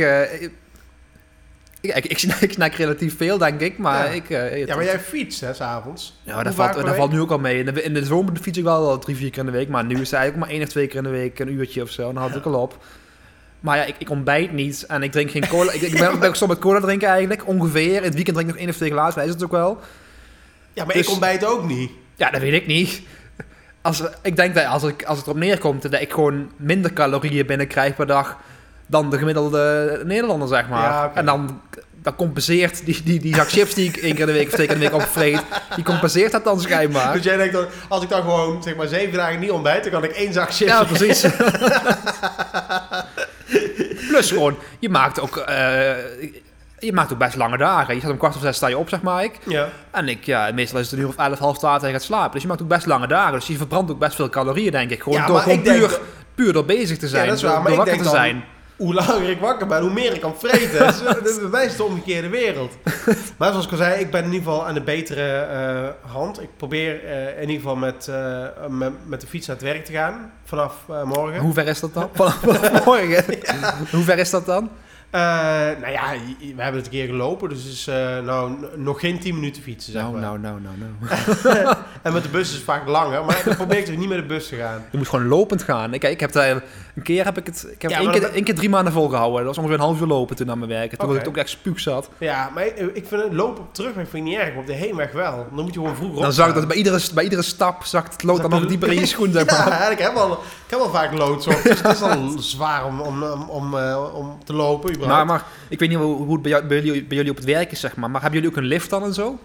Ik snack relatief veel, denk ik, maar maar jij fietst, hè, 's avonds. Ja, dat valt nu ook al mee. In de zomer fiets ik wel 3-4 keer in de week, maar nu is het eigenlijk maar 1 of 2 keer in de week, een uurtje of zo, dan houdt het ook al op. Maar ja, ik ontbijt niet en ik drink geen cola. ik ben ook zo met cola drinken eigenlijk, ongeveer. In het weekend drink ik nog 1 of 2 glazen, is het ook wel. Ja, maar ik ontbijt ook niet. Ja, dat weet ik niet. Ik denk dat als het erop neerkomt, dat ik gewoon minder calorieën binnenkrijg per dag dan de gemiddelde Nederlander, zeg maar. Ja, okay. En dan compenseert die zak chips die ik 1 keer in de week of 2 keer in de week opvreet, die compenseert dat dan schijnbaar. Dus jij denkt dat als ik dan gewoon zeg maar 7 dagen niet ontbijt, dan kan ik 1 zak chips. Ja, precies. Plus gewoon, je maakt ook best lange dagen. Je staat om 5:45 sta je op, zeg maar. Ja. En meestal is het 1 uur of 11, half 12 en je gaat slapen. Dus je maakt ook best lange dagen. Dus je verbrandt ook best veel calorieën, denk ik. Gewoon puur door bezig te zijn. Ja, dat is waar, door wakker te zijn. Hoe langer ik wakker ben, hoe meer ik kan vreten. Bij mij is het de omgekeerde wereld. Maar zoals ik al zei, ik ben in ieder geval aan de betere hand. Ik probeer in ieder geval met de fiets naar het werk te gaan. Vanaf morgen. Hoe ver is dat dan? Vanaf morgen? Ja. Hoe ver is dat dan? Nou ja, we hebben het een keer gelopen, dus het is nog geen 10 minuten fietsen, zeg maar. Nou. En met de bus is het vaak langer, maar dan probeer ik toch niet met de bus te gaan. Je moet gewoon lopend gaan. Ik heb daar een keer één keer 3 maanden volgehouden. Dat was ongeveer een half uur lopen toen aan mijn werk. Toen was ik ook echt spuug zat. Ja, maar ik vind het lopen op terugweg vind ik niet erg, maar op de heenweg wel. Dan moet je gewoon vroeg op. Dan zag ik dat bij iedere stap zakt het lood dan nog dieper in je schoen. Zeg maar. Ja, ik heb wel vaak loodzorg, dus het is al zwaar om te lopen überhaupt. Maar ik weet niet hoe het bij jullie op het werk is, zeg maar. Maar hebben jullie ook een lift dan en zo?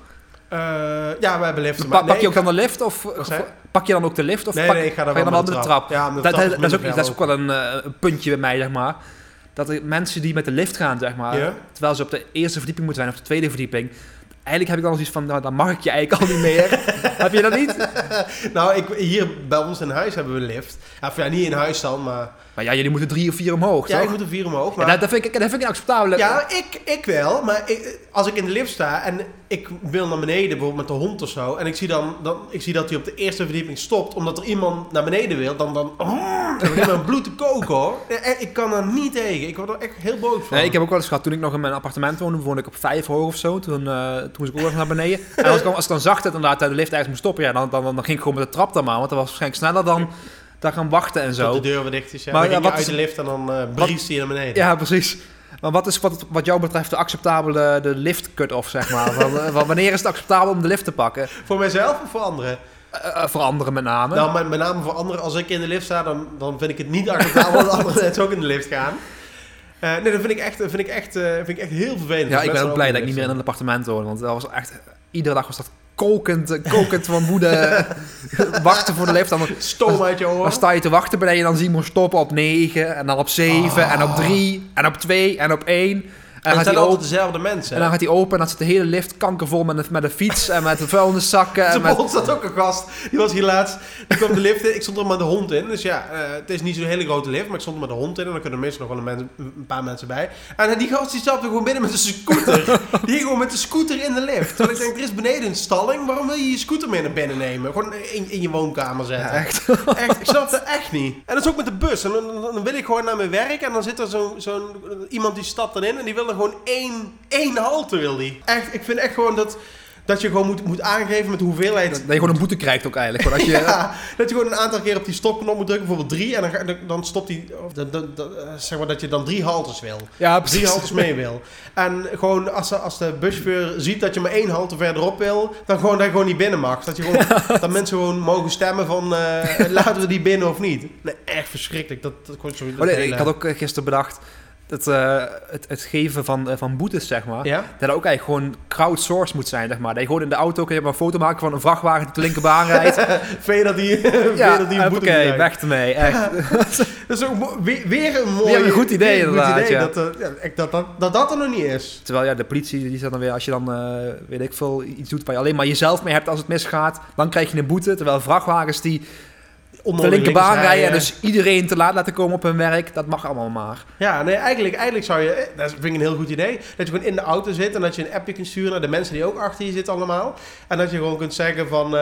Ja, we hebben liften. Pak je ook dan de lift? Of pak je dan ook de lift? Of nee, ik ga dan wel met de trap. Ja, dat is ook wel een puntje bij mij, zeg maar. Dat er mensen die met de lift gaan, zeg maar, terwijl ze op de eerste verdieping moeten zijn of de tweede verdieping. Eigenlijk heb ik dan zoiets van, nou, dan mag ik je eigenlijk al niet meer. Heb je dat niet? Nou, hier bij ons in huis hebben we een lift. Ja, niet in huis dan, maar... Maar ja, jullie moeten 3 of 4 omhoog, ja, toch? ik moet er 4 omhoog. Maar... Ja, dat vind ik acceptabel. Ja, ik wel. Maar als ik in de lift sta en ik wil naar beneden, bijvoorbeeld met de hond of zo, en ik zie dat hij op de eerste verdieping stopt, omdat er iemand naar beneden wil, dan begint mijn bloed te koken, hoor. Ik kan er niet tegen. Ik word er echt heel boos van. Nee, ik heb ook wel eens gehad, toen ik nog in mijn appartement woonde ik op 5 hoog of zo. Toen moest ik ook even naar beneden. En als ik dan zag dat inderdaad de lift ergens moest stoppen, ja, dan ging ik gewoon met de trap dan maar, want dat was waarschijnlijk sneller dan daar gaan wachten en zo. Tot de deur weer dicht is, ja. Maar dan ging je uit is de lift en dan briest hij naar beneden. Ja, precies. Maar wat is wat jou betreft de acceptabele de lift cut-off, zeg maar? Van wanneer is het acceptabel om de lift te pakken? Voor mijzelf of voor anderen? Voor anderen met name. Nou, met name voor anderen. Als ik in de lift sta, dan vind ik het niet acceptabel dat anderen net ook in de lift gaan. Nee, dat vind ik echt heel vervelend. Ja, ik ben ook blij dat ik niet meer in een appartement woon. Want dat was echt... Iedere dag was dat kokend van woede. Wachten voor de lift. Dan stoom uit je oren. Dan sta je te wachten beneden en dan zie je hem stoppen op 9. En dan op 7. En op 3. En op 2. En op 1. En het zijn altijd dezelfde mensen. En dan gaat hij open en dan zit de hele lift kankervol met de fiets en met de vuilniszakken. Zo bol staat ook een gast. Die was hier laatst. Die kwam de lift in. Ik stond er met de hond in. Dus ja, het is niet zo'n hele grote lift. Maar ik stond er met de hond in. En dan kunnen er meestal nog wel een paar mensen bij. En die gast die stapte gewoon binnen met een scooter. Die ging gewoon met de scooter in de lift. Terwijl ik denk, er is beneden een stalling. Waarom wil je je scooter mee naar binnen nemen? Gewoon in je woonkamer zetten. Ja, echt. Ik snap het echt niet. En dat is ook met de bus. En dan wil ik gewoon naar mijn werk. En dan zit er zo'n iemand die stapt erin. En die wil gewoon één halte wil die. Echt, ik vind echt gewoon dat je gewoon moet aangeven met de hoeveelheid... Dat je gewoon een boete krijgt ook eigenlijk. Als je... Ja, dat je gewoon een aantal keer op die stopknop moet drukken. Bijvoorbeeld 3 en dan stopt die... zeg maar dat je dan 3 haltes wil. Ja, precies. 3 haltes mee wil. En gewoon als de buschauffeur ziet dat je maar 1 halte verderop wil, dan gewoon dat je gewoon niet binnen mag. Dat je gewoon, dat mensen gewoon mogen stemmen van laten we die binnen of niet. Nee, echt verschrikkelijk. Ik had ook gisteren bedacht... Het geven van boetes, zeg maar, ja? dat ook eigenlijk gewoon crowdsourced moet zijn, zeg maar. Dat je gewoon in de auto kun je maar een foto maken van een vrachtwagen die de linkerbaan rijdt. Vind je dat die een boete krijgt? Weg ermee, echt. Ja. Dat is ook weer een mooi... Weer een goed idee, inderdaad. Goed idee, ja. dat er nog niet is. Terwijl ja, de politie, die zegt dan weer, als je dan, weet ik veel, iets doet waar je alleen maar jezelf mee hebt als het misgaat, dan krijg je een boete. Terwijl vrachtwagens die... de linkerbaan rijden en dus iedereen te laat laten komen op hun werk, dat mag allemaal maar. Ja, nee, eigenlijk zou je, dat vind ik een heel goed idee, dat je gewoon in de auto zit en dat je een appje kunt sturen naar de mensen die ook achter je zitten allemaal. En dat je gewoon kunt zeggen van,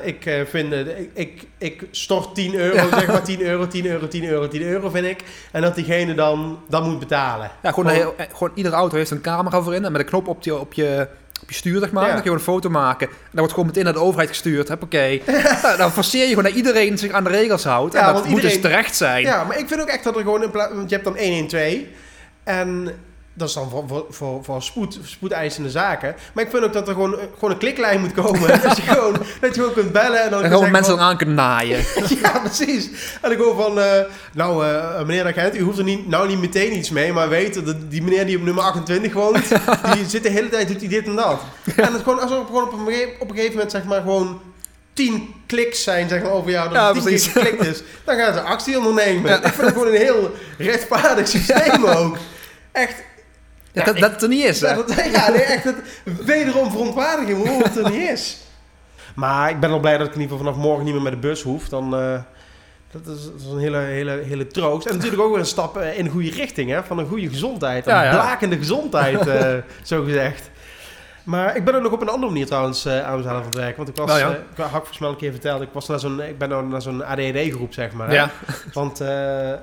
ik stort 10 euro, zeg maar 10 euro vind ik. En dat diegene dan moet betalen. Ja, gewoon iedere auto heeft een camera voorin en met een knop op je stuur, zeg maar. Dan kun je gewoon een foto maken. En dan wordt gewoon meteen naar de overheid gestuurd. Oké. Nou, dan forceer je gewoon dat iedereen zich aan de regels houdt. Ja, en dat moet dus terecht zijn. Ja, maar ik vind ook echt dat er gewoon... Want je hebt dan 112. En dat is dan voor spoedeisende zaken. Maar ik vind ook dat er gewoon een kliklijn moet komen. dat je gewoon kunt bellen. En dan gewoon mensen aan kunnen naaien. Ja, precies. En dan gewoon van... meneer de agent, u hoeft er niet meteen iets mee. Maar weet, die meneer die op nummer 28 woont... die zit de hele tijd, doet hij dit en dat. En het gewoon, als er gewoon op een gegeven moment zeg maar gewoon... 10 kliks zijn zeg maar, over jou, dat 10 keer geklikt is, dan gaan ze actie ondernemen. Ja. Ik vind het gewoon een heel rechtvaardig systeem ook. Echt. Ja, dat het er niet is, hè? Echt het wederom verontwaardiging waarom het er niet is. Maar ik ben wel blij dat ik in ieder geval vanaf morgen niet meer met de bus hoef. Dan, dat is een hele troost. En natuurlijk ook weer een stap in de goede richting, hè? Van een goede gezondheid. Een blakende gezondheid, zo gezegd. Maar ik ben er nog op een andere manier trouwens aan mezelf aan het werken. Want ik was, ik had volgens mij een keer verteld, ik ben naar zo'n ADHD-groep, zeg maar. Hè? Ja. Want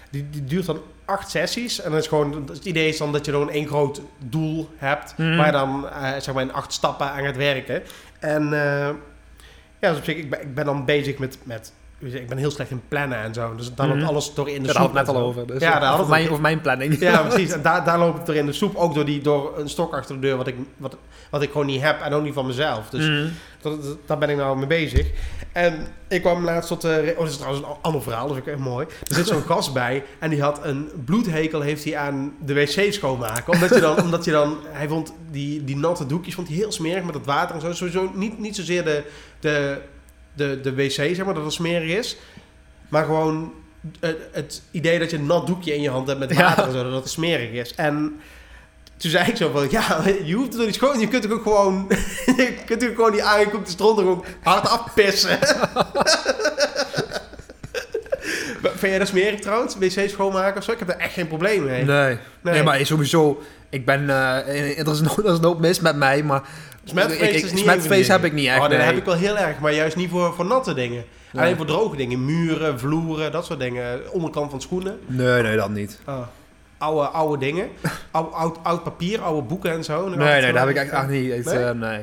Die duurt dan 8 sessies. En dan is gewoon, het idee is dan dat je dan één groot doel hebt. Waar je dan zeg maar in 8 stappen aan gaat werken. En dus op zich, ik ben dan bezig met ik ben heel slecht in plannen en zo. Dus dan loopt alles door in de soep. Daar hadden we het net al over. Dus ja, daar over mijn planning. Ja, precies. En daar loopt het door in de soep. Ook door een stok achter de deur wat ik gewoon niet heb. En ook niet van mezelf. Dus daar ben ik nou mee bezig. En ik kwam laatst tot... dat is trouwens een ander verhaal. Dat vind ik echt mooi. Er zit zo'n gast bij. En die had een bloedhekel heeft hij aan de wc schoonmaken. Omdat je dan... Hij vond die natte doekjes vond hij heel smerig met het water en zo. Sowieso niet zozeer de wc, zeg maar, dat het smerig is. Maar gewoon het idee dat je een nat doekje in je hand hebt met water en zo, dat het smerig is. En toen zei ik zo van, ja, je hoeft het toch niet schoon. Je kunt toch ook gewoon... je kunt toch gewoon die aangekoekte stront er gewoon hard afpissen. Vind jij dat smerig trouwens? Wc schoonmaken of zo? Ik heb er echt geen probleem mee. Nee, maar sowieso... Ik ben... er is een hoop mis met mij, maar... Smetvrees heb ik niet echt. Dat heb ik wel heel erg, maar juist niet voor natte dingen. Nee. Alleen voor droge dingen. Muren, vloeren, dat soort dingen. Onderkant van schoenen. Nee, dat niet. Oude dingen. Oud papier, oude boeken en zo. Nee, dat heb ik echt niet. Nee.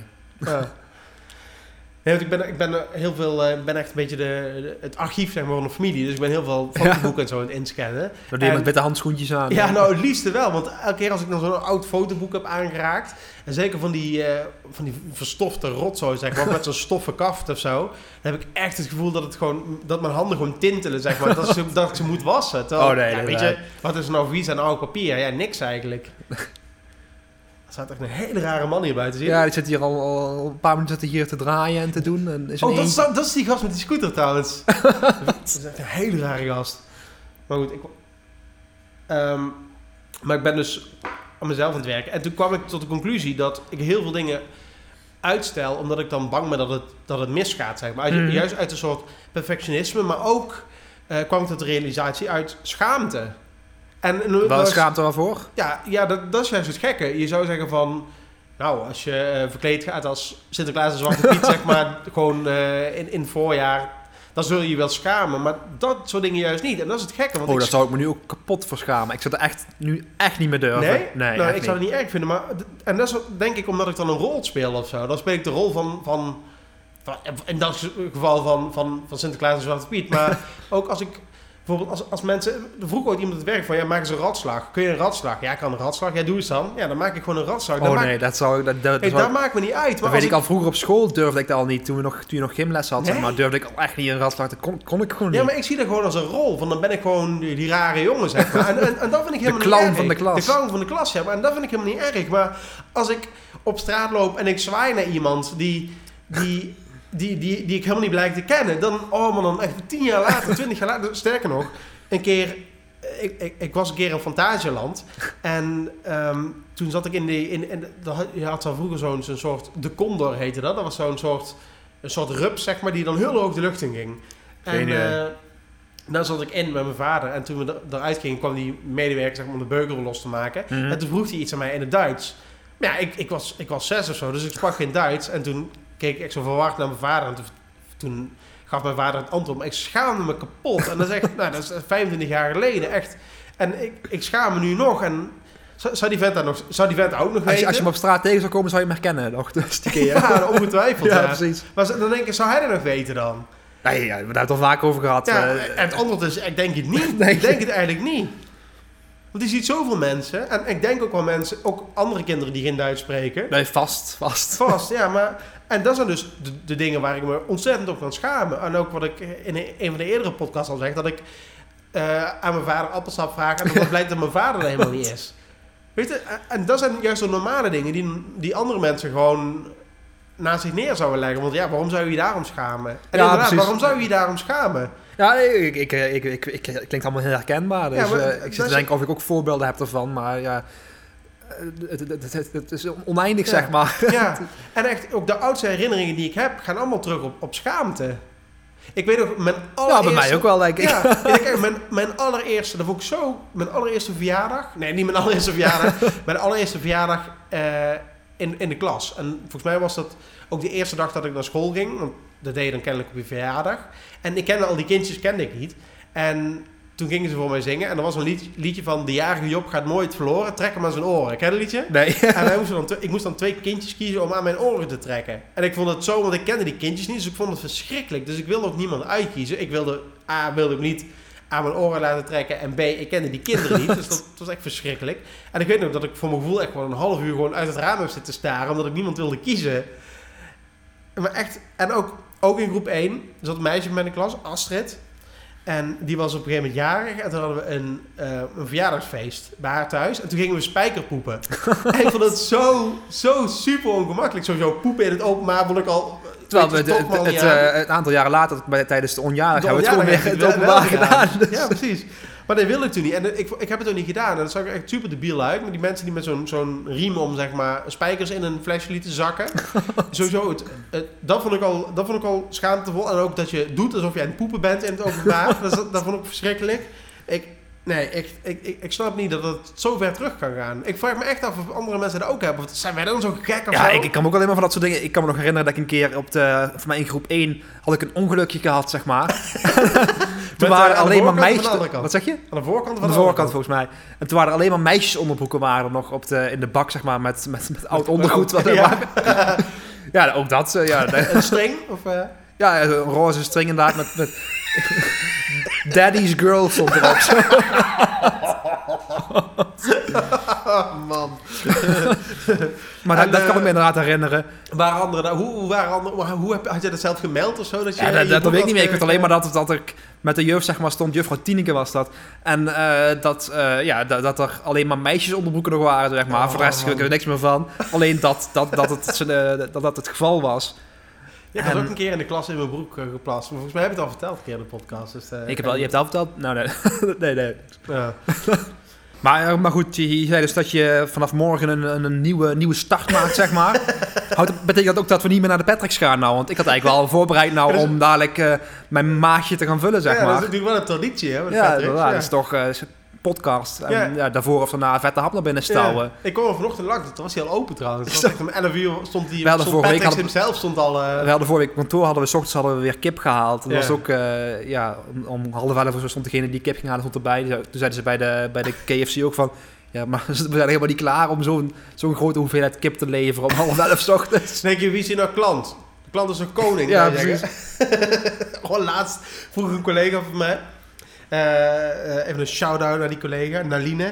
Nee, want ik ben heel veel... Ik ben echt een beetje het archief, zeg maar, van de familie. Dus ik ben heel veel fotoboeken en zo aan het inscannen. Dat doe je met witte handschoentjes aan. Ja, nou, het liefste wel. Want elke keer als ik dan zo'n oud fotoboek heb aangeraakt... En zeker van die verstofte rotzooi, zeg maar, met zo'n stoffen kaft of zo... Dan heb ik echt het gevoel dat mijn handen gewoon tintelen, zeg maar. dat ik ze moet wassen. Terwijl, weet je, wat is er nou vies aan oud papier? Ja, niks eigenlijk. Er staat echt een hele rare man hier buiten. Zie je? Ja, die zit hier al een paar minuten hier te draaien en te doen. En is dat is die gast met die scooter trouwens. Dat is echt een hele rare gast. Maar goed, maar ik ben dus aan mezelf aan het werken. En toen kwam ik tot de conclusie dat ik heel veel dingen uitstel, omdat ik dan bang ben dat het misgaat, zeg maar. Juist uit een soort perfectionisme, maar ook kwam ik tot de realisatie uit schaamte. Wat schaamte waarvoor? Ja, dat is juist het gekke. Je zou zeggen van... Nou, als je verkleed gaat als Sinterklaas en Zwarte Piet, zeg maar... gewoon in het voorjaar... dan zul je je wel schamen. Maar dat soort dingen juist niet. En dat is het gekke. Want daar zou ik me nu ook kapot voor schamen. Ik zou er nu echt niet meer durven. Nee? Nou, ik zou het niet erg vinden. Maar, en dat is denk ik omdat ik dan een rol speel of zo. Dan speel ik de rol van in dat geval van Sinterklaas en Zwarte Piet. Maar ook als ik... Bijvoorbeeld als mensen... Er vroeg ooit iemand het werk van... Ja, maak eens een ratslag. Kun je een ratslag? Ja, ik kan een ratslag. Ja, doe eens dan. Ja, dan maak ik gewoon een ratslag. Dat maakt me niet uit. Dat weet ik al vroeger op school durfde ik dat al niet. Toen je nog gymles had, zeg maar, durfde ik al echt niet een ratslag. Dat kon ik gewoon niet. Ja, maar ik zie dat gewoon als een rol. Van dan ben ik gewoon die rare jongen, zeg maar. En dat vind ik helemaal niet erg. De clown van de klas. De clown van de klas, ja. Maar en dat vind ik helemaal niet erg. Maar als ik op straat loop en ik zwaai naar iemand die ik helemaal niet blijk te kennen. Dan echt 10 jaar later, 20 jaar later, sterker nog, een keer, ik was een keer in Fantasieland en toen zat ik je had dan vroeger zo'n soort, de Condor heette dat. Dat was zo'n soort rups, zeg maar, die dan heel hoog de lucht in ging. Daar zat ik in met mijn vader en toen we eruit gingen, kwam die medewerker, zeg maar, om de beugel los te maken. Mm-hmm. En toen vroeg hij iets aan mij in het Duits. Maar ja, ik was 6 of zo, dus ik sprak geen Duits en toen keek ik zo verward naar mijn vader en toen gaf mijn vader het antwoord, maar ik schaamde me kapot. En dat is echt, dat is 25 jaar geleden, echt. En ik schaam me nu nog. En zou die vent ook nog weten? Als je hem op straat tegen zou komen, zou je hem herkennen, nog. Dus die keer. Ja, ongetwijfeld. Ja, precies. Maar dan denk ik, zou hij dat nog weten dan? Nee, we hebben het al vaak over gehad. Ja, en het antwoord is, ik denk het niet. Nee. Ik denk het eigenlijk niet. Want je ziet zoveel mensen, en ik denk ook wel mensen, ook andere kinderen die geen Duits spreken. Nee, vast. Vast, ja, maar... En dat zijn dus de dingen waar ik me ontzettend op kan schamen. En ook wat ik in een van de eerdere podcasts al zeg, dat ik aan mijn vader appelsap vraag en dan blijkt dat mijn vader er helemaal niet is. Weet je, en dat zijn juist de normale dingen die andere mensen gewoon naast zich neer zouden leggen. Want ja, waarom zou je je daarom schamen? En ja, inderdaad, waarom zou je je daarom schamen? Ja, ik klinkt allemaal heel herkenbaar. Dus ja, ik zit te denken of ik ook voorbeelden heb ervan, maar ja... Het is oneindig, zeg maar. Ja, en echt, ook de oudste herinneringen die ik heb, gaan allemaal terug op schaamte. Ik weet nog, mijn allereerste... Ja, bij mij ook wel, denk ik. Ja, mijn allereerste, dat vond ik zo... Mijn allereerste verjaardag... Nee, niet mijn allereerste verjaardag. Mijn allereerste verjaardag in de klas. En volgens mij was dat ook de eerste dag dat ik naar school ging. Want dat deed je dan kennelijk op je verjaardag. En ik kende al die kindjes, kende ik niet. En toen gingen ze voor mij zingen. En er was een liedje van de jarige Job gaat nooit verloren. Trek hem aan zijn oren. Ken je dat liedje? Nee. En ik moest dan 2 kindjes kiezen om aan mijn oren te trekken. En ik vond het zo, want ik kende die kindjes niet. Dus ik vond het verschrikkelijk. Dus ik wilde ook niemand uitkiezen. Ik wilde ik niet aan mijn oren laten trekken. En B, ik kende die kinderen niet. Dus dat was echt verschrikkelijk. En ik weet nog dat ik voor mijn gevoel echt gewoon een half uur gewoon uit het raam heb zitten staren. Omdat ik niemand wilde kiezen. Maar echt, en ook in groep 1 zat een meisje bij de klas, Astrid. En die was op een gegeven moment jarig. En toen hadden we een verjaardagsfeest bij haar thuis. En toen gingen we spijkerpoepen. En ik vond het zo super ongemakkelijk. Sowieso poepen in het openbaar vond ik al... Terwijl een aantal jaren later, tijdens de onjarige, hebben we het gewoon weer in het openbaar gedaan. Dus. Ja, precies. Maar dat wilde ik toen niet. En ik heb het ook niet gedaan. En dat zag er echt super debiel uit. Maar die mensen die met zo'n riem om, zeg maar, spijkers in een flesje lieten zakken. Sowieso, dat vond ik al schaamtevol. En ook dat je doet alsof je aan het poepen bent in het openbaar. dat vond ik verschrikkelijk. Ik snap niet dat het zo ver terug kan gaan. Ik vraag me echt af of andere mensen dat ook hebben. Of zijn wij dan zo gek of zo? Ja, ik kan me ook alleen maar van dat soort dingen... Ik kan me nog herinneren dat ik een keer voor mij in groep 1 had ik een ongelukje gehad, zeg maar. Toen waren alleen maar meisjes... Wat zeg je? Aan de voorkant of aan de voorkant volgens mij. En toen waren er alleen maar meisjesonderbroeken waren nog in de bak, zeg maar, met oud ondergoed. Wat ja, ook dat. Een string? Of, Ja, een roze string inderdaad met Daddy's Girl stond erop. Man. Maar dat kan ik me inderdaad herinneren. Hoe had jij dat zelf gemeld of zo? Dat weet ik niet meer. Ik weet alleen maar dat ik met de juf, zeg maar, stond. Juffrouw Tineke was dat. En dat er alleen maar meisjesonderbroeken nog waren, zeg maar. Voor de rest heb ik er niks meer van. Alleen dat het geval was. Ja, ik had ook een keer in de klas in mijn broek geplast. Maar volgens mij heb ik het al verteld een keer in de podcast. Dus, je hebt het al verteld? Nou, nee. nee. Ja. Maar goed, je zei dus dat je vanaf morgen een nieuwe start maakt, zeg maar. Betekent dat ook dat we niet meer naar de Patricks gaan nou? Want ik had eigenlijk wel voorbereid om dadelijk mijn maagje te gaan vullen, zeg maar. Ja, dat is natuurlijk wel een traditie, hè? Ja, dat is toch... podcast. En daarvoor of daarna vette hap naar binnen stouwen. Ja. Ik kwam er vanochtend langs. Het was heel open trouwens. Het was echt om 11 uur stond die... Patrick stond al... We hadden vorige week kantoor, 's ochtends weer kip gehaald. En dat was ook... om 10:30 stond degene die kip ging halen, stond erbij. Toen zeiden ze bij de KFC ook van... Ja, maar we zijn helemaal niet klaar om zo'n grote hoeveelheid kip te leveren om 10:30 's ochtends. Denk je, wie is hier nou klant? De klant is een koning. Ja, precies. Gewoon laatst vroeg een collega van mij... even een shout-out naar die collega, Naline.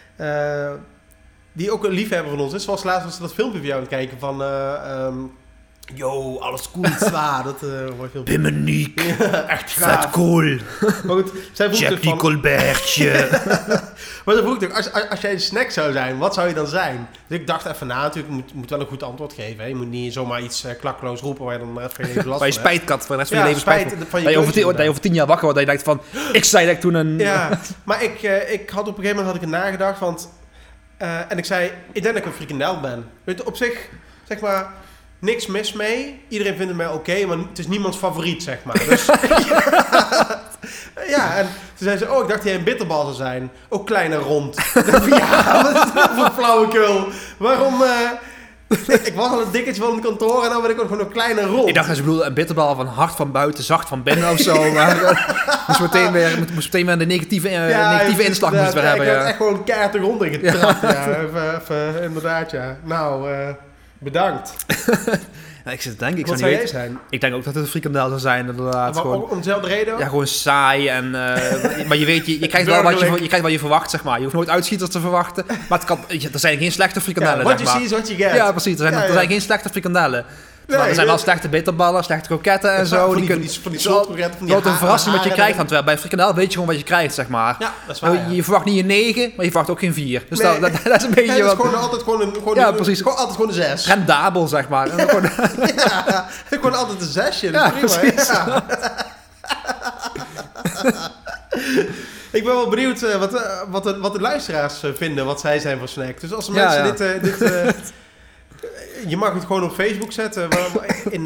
Die ook een liefhebber van ons is. Zoals laatst was ze dat filmpje van jou aan het kijken van... yo, alles cool, zwaar. Dat mooi filmpje. Pimmeniek. Echt vet cool. Maar goed, zij vroeg Jackie Colbertje. Maar dan vroeg ik als jij een snack zou zijn, wat zou je dan zijn? Dus ik dacht even na, natuurlijk, je moet wel een goed antwoord geven. Hè? Je moet niet zomaar iets klakkeloos roepen waar je dan even geen last van hebt. Waar je spijt kan voor de rest van je leven spijt van je dat je over 10 jaar wakker wordt, dat je denkt van, ik zei dat ik toen een... Ja, maar ik had op een gegeven moment nagedacht, want... en ik zei, ik denk dat ik een frikandel ben. Weet je, op zich, zeg maar... Niks mis mee. Iedereen vindt het mij oké, maar het is niemands favoriet, zeg maar. Dus, ja, en toen zei ze, ik dacht dat jij een bitterbal zou zijn. Ook klein en rond. Ja, wat is dat voor flauwekul? Waarom... ik was al een dikketje van het kantoor en dan ben ik ook gewoon een klein en rond. Ik dacht dat ze bedoelde een bitterbal van hard van buiten, zacht van binnen of zo. Maar moest meteen weer de negatieve inslag moest weer hebben. Ik had echt gewoon keihard de grond in getrapt. Ja. Even, inderdaad, ja. Nou... bedankt. Ik zit te denken, Wat zou jij zijn? Ik denk ook dat het een frikandel zou zijn, inderdaad. Maar gewoon, om dezelfde reden? Ja, gewoon saai en... maar je weet, je krijgt wel wat je verwacht, zeg maar. Je hoeft nooit uitschieters te verwachten. Maar er zijn geen slechte frikandellen, what you see is what you get. Ja, precies. Er zijn geen slechte frikandellen. Nee, er zijn wel slechte bitterballen, slechte kroketten en zo. Van die slotkroketten, van die een verrassing wat je krijgt. Want bij frikandel weet je gewoon wat je krijgt, zeg maar. Ja, dat is waar. Je verwacht niet een 9, maar je verwacht ook geen 4. Dus dat is een beetje... Het is gewoon altijd gewoon een 6. Rendabel, zeg maar. Ja, gewoon altijd een 6'je. Dat is prima, precies. Ja. Ik ben wel benieuwd wat de luisteraars vinden, wat zij zijn voor snack. Dus als mensen dit je mag het gewoon op Facebook zetten. In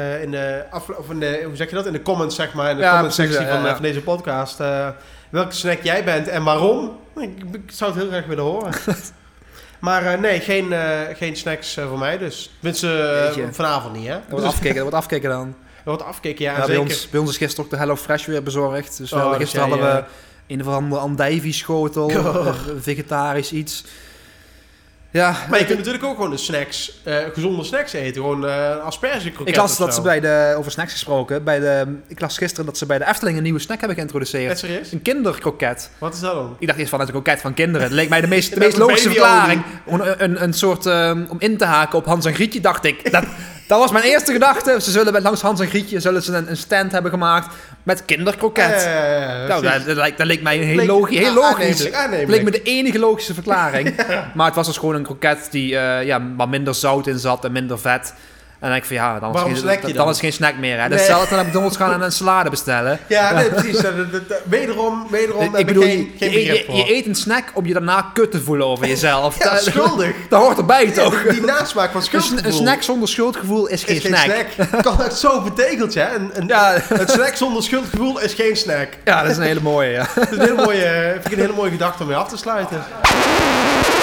de comments, zeg maar. In de comments-sectie van deze podcast. Welke snack jij bent en waarom. Ik zou het heel graag willen horen. Maar nee, geen snacks voor mij. Dus tenminste vanavond niet, hè. Er wordt afgekeken dan. Er wordt afgekeken, ja zeker. Bij ons is gisteren ook de Hello Fresh weer bezorgd. Dus gisteren hadden we een of andere andijvieschotel, vegetarisch iets. Ja, Maar je kunt natuurlijk ook gewoon de snacks, gezonde snacks eten. Gewoon aspergekroket. ik las dat ze over snacks gesproken, ik las gisteren dat ze bij de Efteling een nieuwe snack hebben geïntroduceerd. Echt serieus? Een kinderkroket. Wat is dat dan? Ik dacht eerst van, het is een kroket van kinderen. Dat leek mij de meest Dat is logische babyolie. verklaring. Een soort, om in te haken op Hans en Grietje, dacht ik. Dat was mijn eerste gedachte. Ze zullen langs Hans en Grietje een stand hebben gemaakt met kinderkroket. Dat leek mij heel logisch. Aannemelijk. Leek me de enige logische verklaring. Maar het was dus gewoon een kroket die wat minder zout in zat en minder vet. En dan denk ik van ja, dan is het geen snack meer. Hè. Nee. Dat is hetzelfde naar McDonald's gaan en een salade bestellen. Ja, nee, precies. Wederom Ik bedoel, geen begrip voor. je eet een snack om je daarna kut te voelen over jezelf. Ja, schuldig. Dat hoort erbij toch? Die nasmaak van schuldgevoel. Een snack zonder schuldgevoel is geen snack. Kan echt zo betekend, hè? Een snack zonder schuldgevoel is geen snack. Ja, dat is een hele mooie. Ja. Dat is een hele mooie, vind ik een hele mooie gedachte om mee af te sluiten.